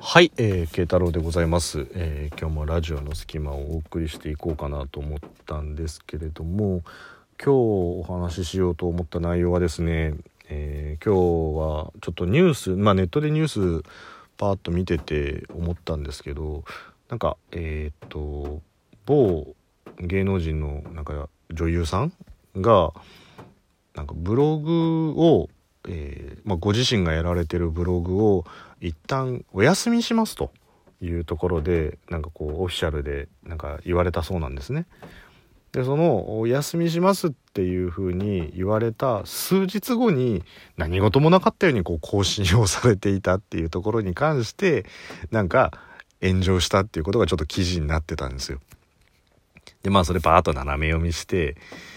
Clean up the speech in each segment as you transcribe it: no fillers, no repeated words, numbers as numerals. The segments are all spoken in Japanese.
はい、慶太郎でございます、今日もラジオの隙間をお送りしていこうかなと思ったんですけれども、今日お話ししようと思った内容はですね、今日はちょっとニュース、ネットでニュースパーッと見てて思ったんですけど、なんか某芸能人のなんか女優さんがなんかブログを、ご自身がやられてるブログを一旦お休みしますというところでなんかこうオフィシャルでなんか言われたそうなんですね。でそのお休みしますっていう風に言われた数日後に何事もなかったようにこう更新をされていたっていうところに関してなんか炎上したっていうことがちょっと記事になってたんですよ。でそれバーッと斜め読みして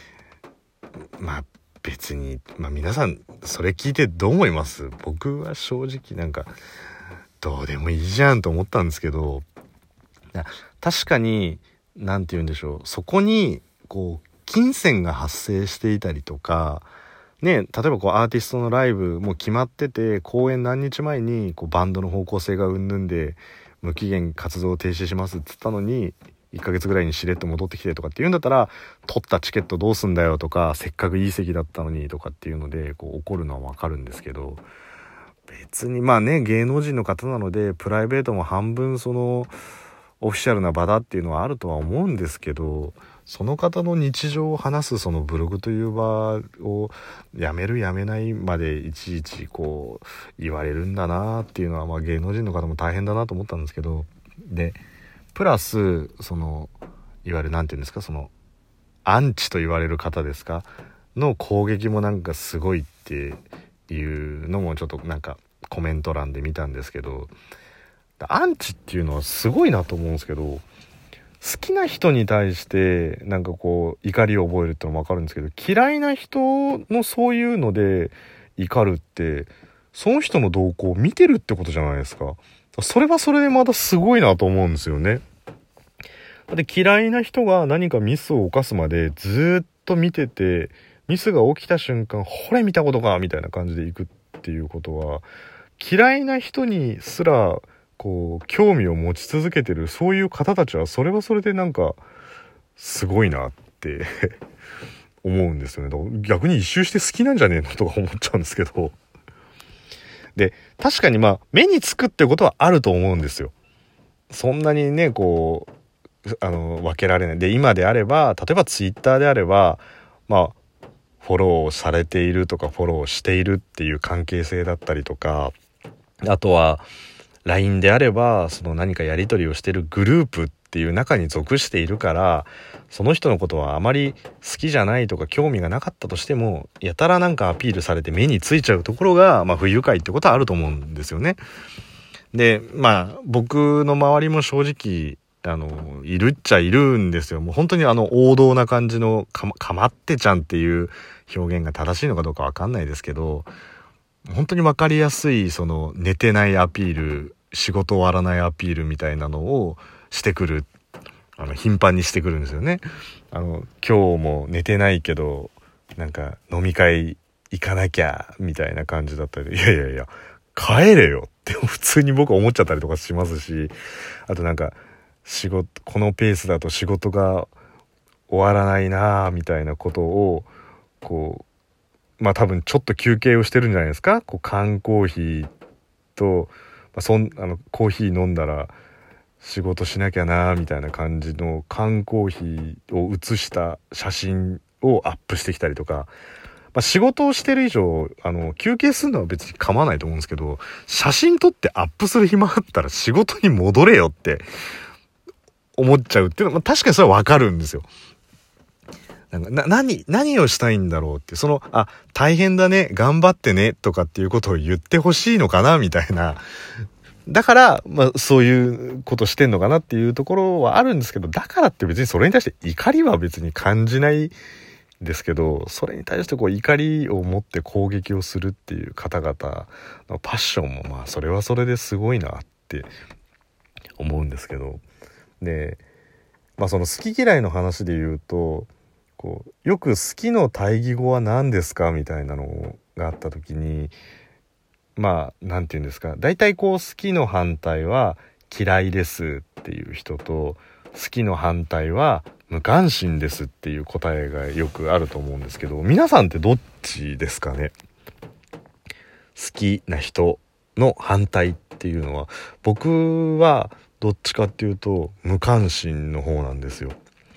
別に皆さんそれ聞いてどう思います？僕は正直なんかどうでもいいじゃんと思ったんですけど、確かになんて言うんでしょう、そこにこう金銭が発生していたりとかね、例えばこうアーティストのライブも決まってて公演何日前にこうバンドの方向性がうんぬんで無期限活動停止しますって言ったのに1ヶ月ぐらいにしれっと戻ってきてとかっていうんだったら、取ったチケットどうすんだよとか、せっかくいい席だったのにとかっていうのでこう怒るのはわかるんですけど、別に芸能人の方なのでプライベートも半分そのオフィシャルな場だっていうのはあるとは思うんですけど、その方の日常を話すそのブログという場をやめるやめないまでいちいちこう言われるんだなっていうのは、芸能人の方も大変だなと思ったんですけど、でプラスそのいわゆるなんていうんですか、そのアンチと言われる方ですかの攻撃もなんかすごいっていうのもちょっとなんかコメント欄で見たんですけど、アンチっていうのはすごいなと思うんですけど、好きな人に対してなんかこう怒りを覚えるってのも分かるんですけど、嫌いな人のそういうので怒るってその人の動向を見てるってことじゃないですか。それはそれでまたすごいなと思うんですよね。で嫌いな人が何かミスを犯すまでずっと見てて、ミスが起きた瞬間ほれ見たことかみたいな感じでいくっていうことは、嫌いな人にすらこう興味を持ち続けてるそういう方たちはそれはそれでなんかすごいなって思うんですよね。だから逆に一周して好きなんじゃねえのとか思っちゃうんですけど、で確かに目につくってことはあると思うんですよ。そんなにねこう分けられないで、今であれば例えばツイッターであればフォローされているとかフォローしているっていう関係性だったりとか、あとは LINE であればその何かやり取りをしているグループっていう中に属しているから、その人のことはあまり好きじゃないとか興味がなかったとしてもやたらなんかアピールされて目についちゃうところが不愉快ってことはあると思うんですよね。で僕の周りも正直いるっちゃいるんですよ。もう本当に王道な感じのかまってちゃんっていう表現が正しいのかどうかわかんないですけど、本当にわかりやすいその寝てないアピール、仕事終わらないアピールみたいなのをしてくる、頻繁にしてくるんですよね。今日も寝てないけどなんか飲み会行かなきゃみたいな感じだったり、いや帰れよって普通に僕は思っちゃったりとかしますし、あとなんかこのペースだと仕事が終わらないなみたいなことをこう多分ちょっと休憩をしてるんじゃないですか。こう缶コーヒーと、コーヒー飲んだら仕事しなきゃなみたいな感じの缶コーヒーを写した写真をアップしてきたりとか、仕事をしてる以上休憩するのは別に構わないと思うんですけど、写真撮ってアップする暇あったら仕事に戻れよって思っちゃうっていうのは、確かにそれはわかるんですよ。何をしたいんだろうって、大変だね頑張ってねとかっていうことを言ってほしいのかなみたいな、だからそういうことしてんのかなっていうところはあるんですけど、だからって別にそれに対して怒りは別に感じないですけど、それに対してこう怒りを持って攻撃をするっていう方々のパッションもそれはそれですごいなって思うんですけど、でその好き嫌いの話で言うと、よく好きの対義語は何ですかみたいなのがあった時に、 まあなんていうんですか、大体こう好きの反対は嫌いですっていう人と、好きの反対は無関心ですっていう答えがよくあると思うんですけど、皆さんってどっちですかね。好きな人の反対っていうのは、僕はどっちかっていうと無関心の方なんですよ。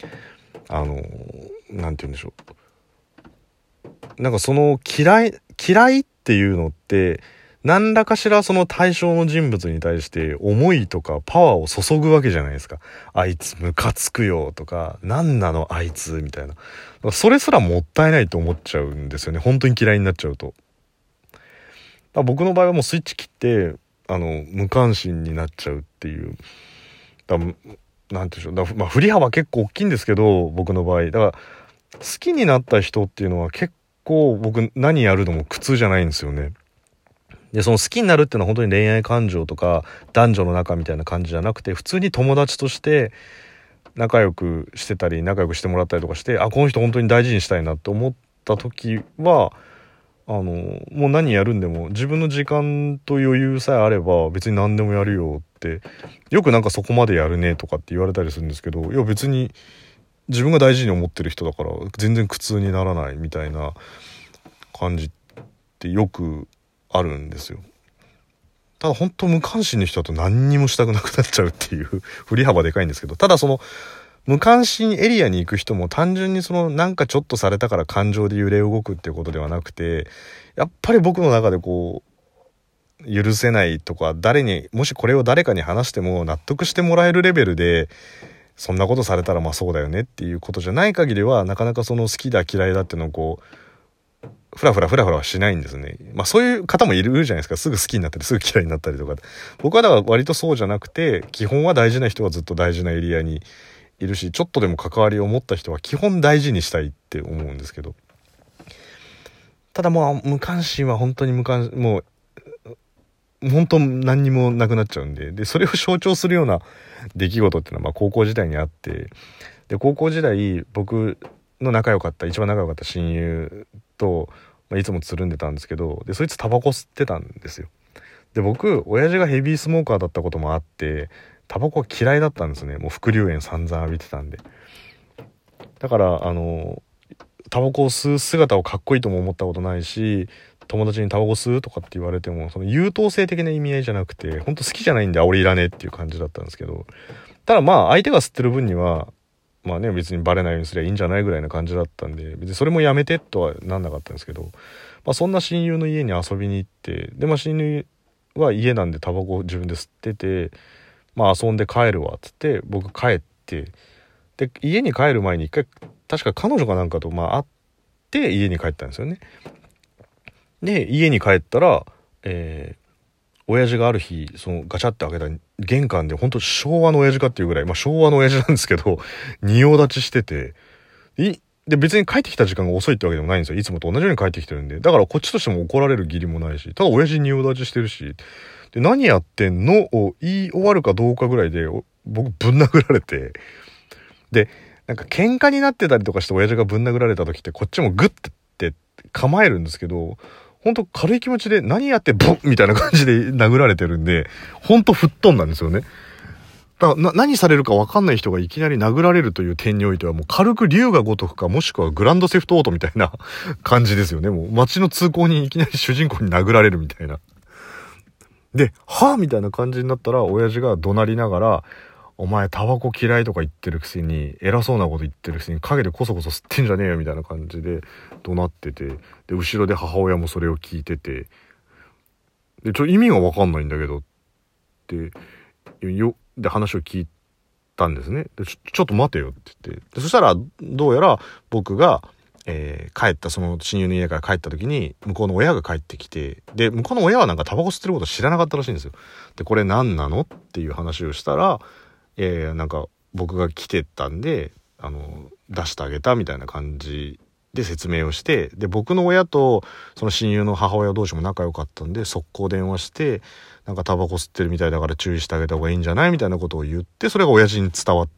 なんて言うんでしょう、なんかその嫌いっていうのって何らかしらその対象の人物に対して思いとかパワーを注ぐわけじゃないですか。あいつムカつくよとか、なんなのあいつみたいな、それすらもったいないと思っちゃうんですよね、本当に嫌いになっちゃうと。僕の場合はもうスイッチ切って無関心になっちゃうっていう。なんて言うんでしょう、まあ振り幅結構大きいんですけど、僕の場合だから好きになった人っていうのは結構僕何やるのも苦痛じゃないんですよね。でその好きになるっていうのは本当に恋愛感情とか男女の仲みたいな感じじゃなくて、普通に友達として仲良くしてたり仲良くしてもらったりとかして、あこの人本当に大事にしたいなって思った時はもう何やるんでも自分の時間と余裕さえあれば別に何でもやるよって、よくなんかそこまでやるねとかって言われたりするんですけど、いや別に自分が大事に思ってる人だから全然苦痛にならないみたいな感じってよくあるんですよ。ただ本当無関心の人だと何にもしたくなくなっちゃうっていう振り幅でかいんですけど、ただその無関心エリアに行く人も単純にそのなんかちょっとされたから感情で揺れ動くっていうことではなくて、やっぱり僕の中でこう許せないとか、もしこれを誰かに話しても納得してもらえるレベルでそんなことされたらまあそうだよねっていうことじゃない限りは、なかなかその好きだ嫌いだっていうのをこうフラフラはしないんですね。まあそういう方もいるじゃないですか。すぐ好きになったりすぐ嫌いになったりとか。僕はだから割とそうじゃなくて、基本は大事な人はずっと大事なエリアにいるし、ちょっとでも関わりを持った人は基本大事にしたいって思うんですけど、ただもう無関心は本当にもう本当何にもなくなっちゃうんで、それを象徴するような出来事っていうのはまあ高校時代にあって、で高校時代僕の一番仲良かった親友と、いつもつるんでたんですけど、でそいつタバコ吸ってたんですよ。で僕親父がヘビースモーカーだったこともあってタバコ嫌いだったんですね。もう副流煙散々浴びてたんで。だからタバコを吸う姿をかっこいいとも思ったことないし、友達にタバコ吸うとかって言われてもその優等生的な意味合いじゃなくて、本当好きじゃないんで俺いらねえっていう感じだったんですけど、ただまあ相手が吸ってる分にはまあね別にバレないようにすりゃいいんじゃないぐらいな感じだったんで、別にそれもやめてとはなんなかったんですけど、まあそんな親友の家に遊びに行って、でまあ親友は家なんでタバコを自分で吸ってて、まあ遊んで帰るわっつって僕帰って、で家に帰る前に一回確か彼女かなんかと会って家に帰ったんですよね。で家に帰ったら親父がある日そのガチャって開けた玄関で本当昭和の親父かっていうぐらい、まあ昭和の親父なんですけど仁王立ちしてて、で別に帰ってきた時間が遅いってわけでもないんですよ。いつもと同じように帰ってきてるんで、だからこっちとしても怒られる義理もないし、ただ親父仁王立ちしてるし、で何やってんのを言い終わるかどうかぐらいで僕ぶん殴られて、でなんか喧嘩になってたりとかして親父がぶん殴られた時ってこっちもグッて構えるんですけど、ほんと軽い気持ちで何やってボンみたいな感じで殴られてるんで、ほんと吹っ飛んだんですよね。だから何されるか分かんない人がいきなり殴られるという点においてはもう軽く龍が如くか、もしくはグランドセフトオートみたいな感じですよね。もう街の通行にいきなり主人公に殴られるみたいな。で、はぁみたいな感じになったら親父が怒鳴りながら、お前タバコ嫌いとか言ってるくせに、偉そうなこと言ってるくせに陰でコソコソ吸ってんじゃねえよみたいな感じで怒鳴ってて、で後ろで母親もそれを聞いてて、で意味が分かんないんだけどってで話を聞いたんですね。でちょっと待てよって言って、でそしたらどうやら僕が、帰ったその親友の家から帰った時に向こうの親が帰ってきて、で向こうの親はなんかタバコ吸ってること知らなかったらしいんですよ。でこれ何なのっていう話をしたら、なんか僕が来てたんで出してあげたみたいな感じで説明をして、で僕の親とその親友の母親同士も仲良かったんで速攻電話して、なんかタバコ吸ってるみたいだから注意してあげた方がいいんじゃないみたいなことを言って、それが親父に伝わったっ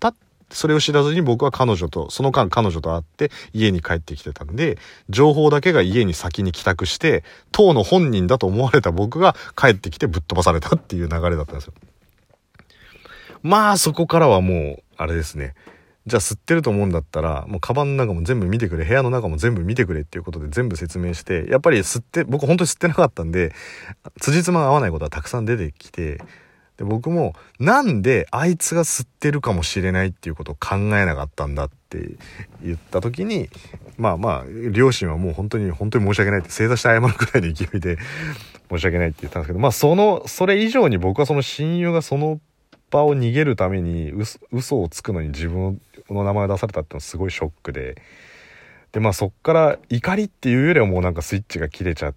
それを知らずに僕はその間彼女と会って家に帰ってきてたんで、情報だけが家に先に帰宅して、当の本人だと思われた僕が帰ってきてぶっ飛ばされたっていう流れだったんですよ。まあそこからはもう、あれですね。じゃあ吸ってると思うんだったら、もうカバンの中も全部見てくれ、部屋の中も全部見てくれっていうことで全部説明して、やっぱり僕本当に吸ってなかったんで、辻褄が合わないことはたくさん出てきて、で僕もなんであいつが吸ってるかもしれないっていうことを考えなかったんだって言った時に、まあ両親はもう本当に申し訳ないって、正座して謝るくらいの勢いで申し訳ないって言ったんですけど、まあそれ以上に僕はその親友がその場を逃げるために嘘をつくのに自分の名前を出されたってのはすごいショックで、まあそっから怒りっていうよりはもうなんかスイッチが切れちゃって、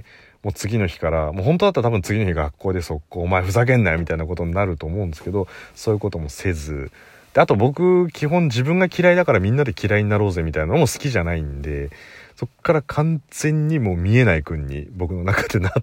もう次の日からもう本当だったら多分次の日学校で速攻お前ふざけんなよみたいなことになると思うんですけど、そういうこともせずで、あと僕基本自分が嫌いだからみんなで嫌いになろうぜみたいなのも好きじゃないんで、そっから完全にもう見えない君に僕の中でなって、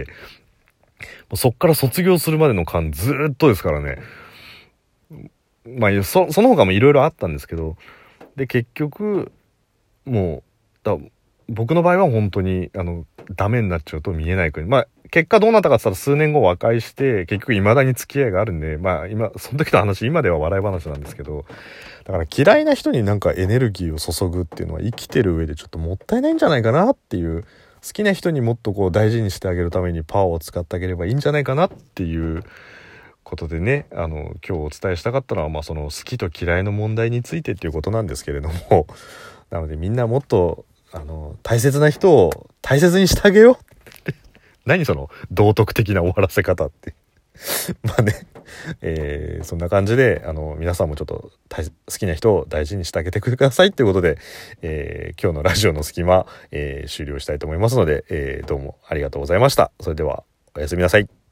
もうそっから卒業するまでの間ずーっとですからね。まあその他もいろいろあったんですけど、で結局もう僕の場合は本当にダメになっちゃうと見えない国、まあ結果どうなったかって言ったら数年後和解して結局未だに付き合いがあるんで、まあその時の話今では笑い話なんですけど、だから嫌いな人になんかエネルギーを注ぐっていうのは生きてる上でちょっともったいないんじゃないかなっていう、好きな人にもっとこう大事にしてあげるためにパワーを使ってあげればいいんじゃないかなっていうことでね、今日お伝えしたかったのは、まあその好きと嫌いの問題についてっていうことなんですけれども、なのでみんなもっと大切な人を大切にしてあげよう何その道徳的な終わらせ方ってまあね、そんな感じで皆さんもちょっと好きな人を大事にしてあげてくださいということで、今日のラジオの隙間、終了したいと思いますので、どうもありがとうございました。それではおやすみなさい。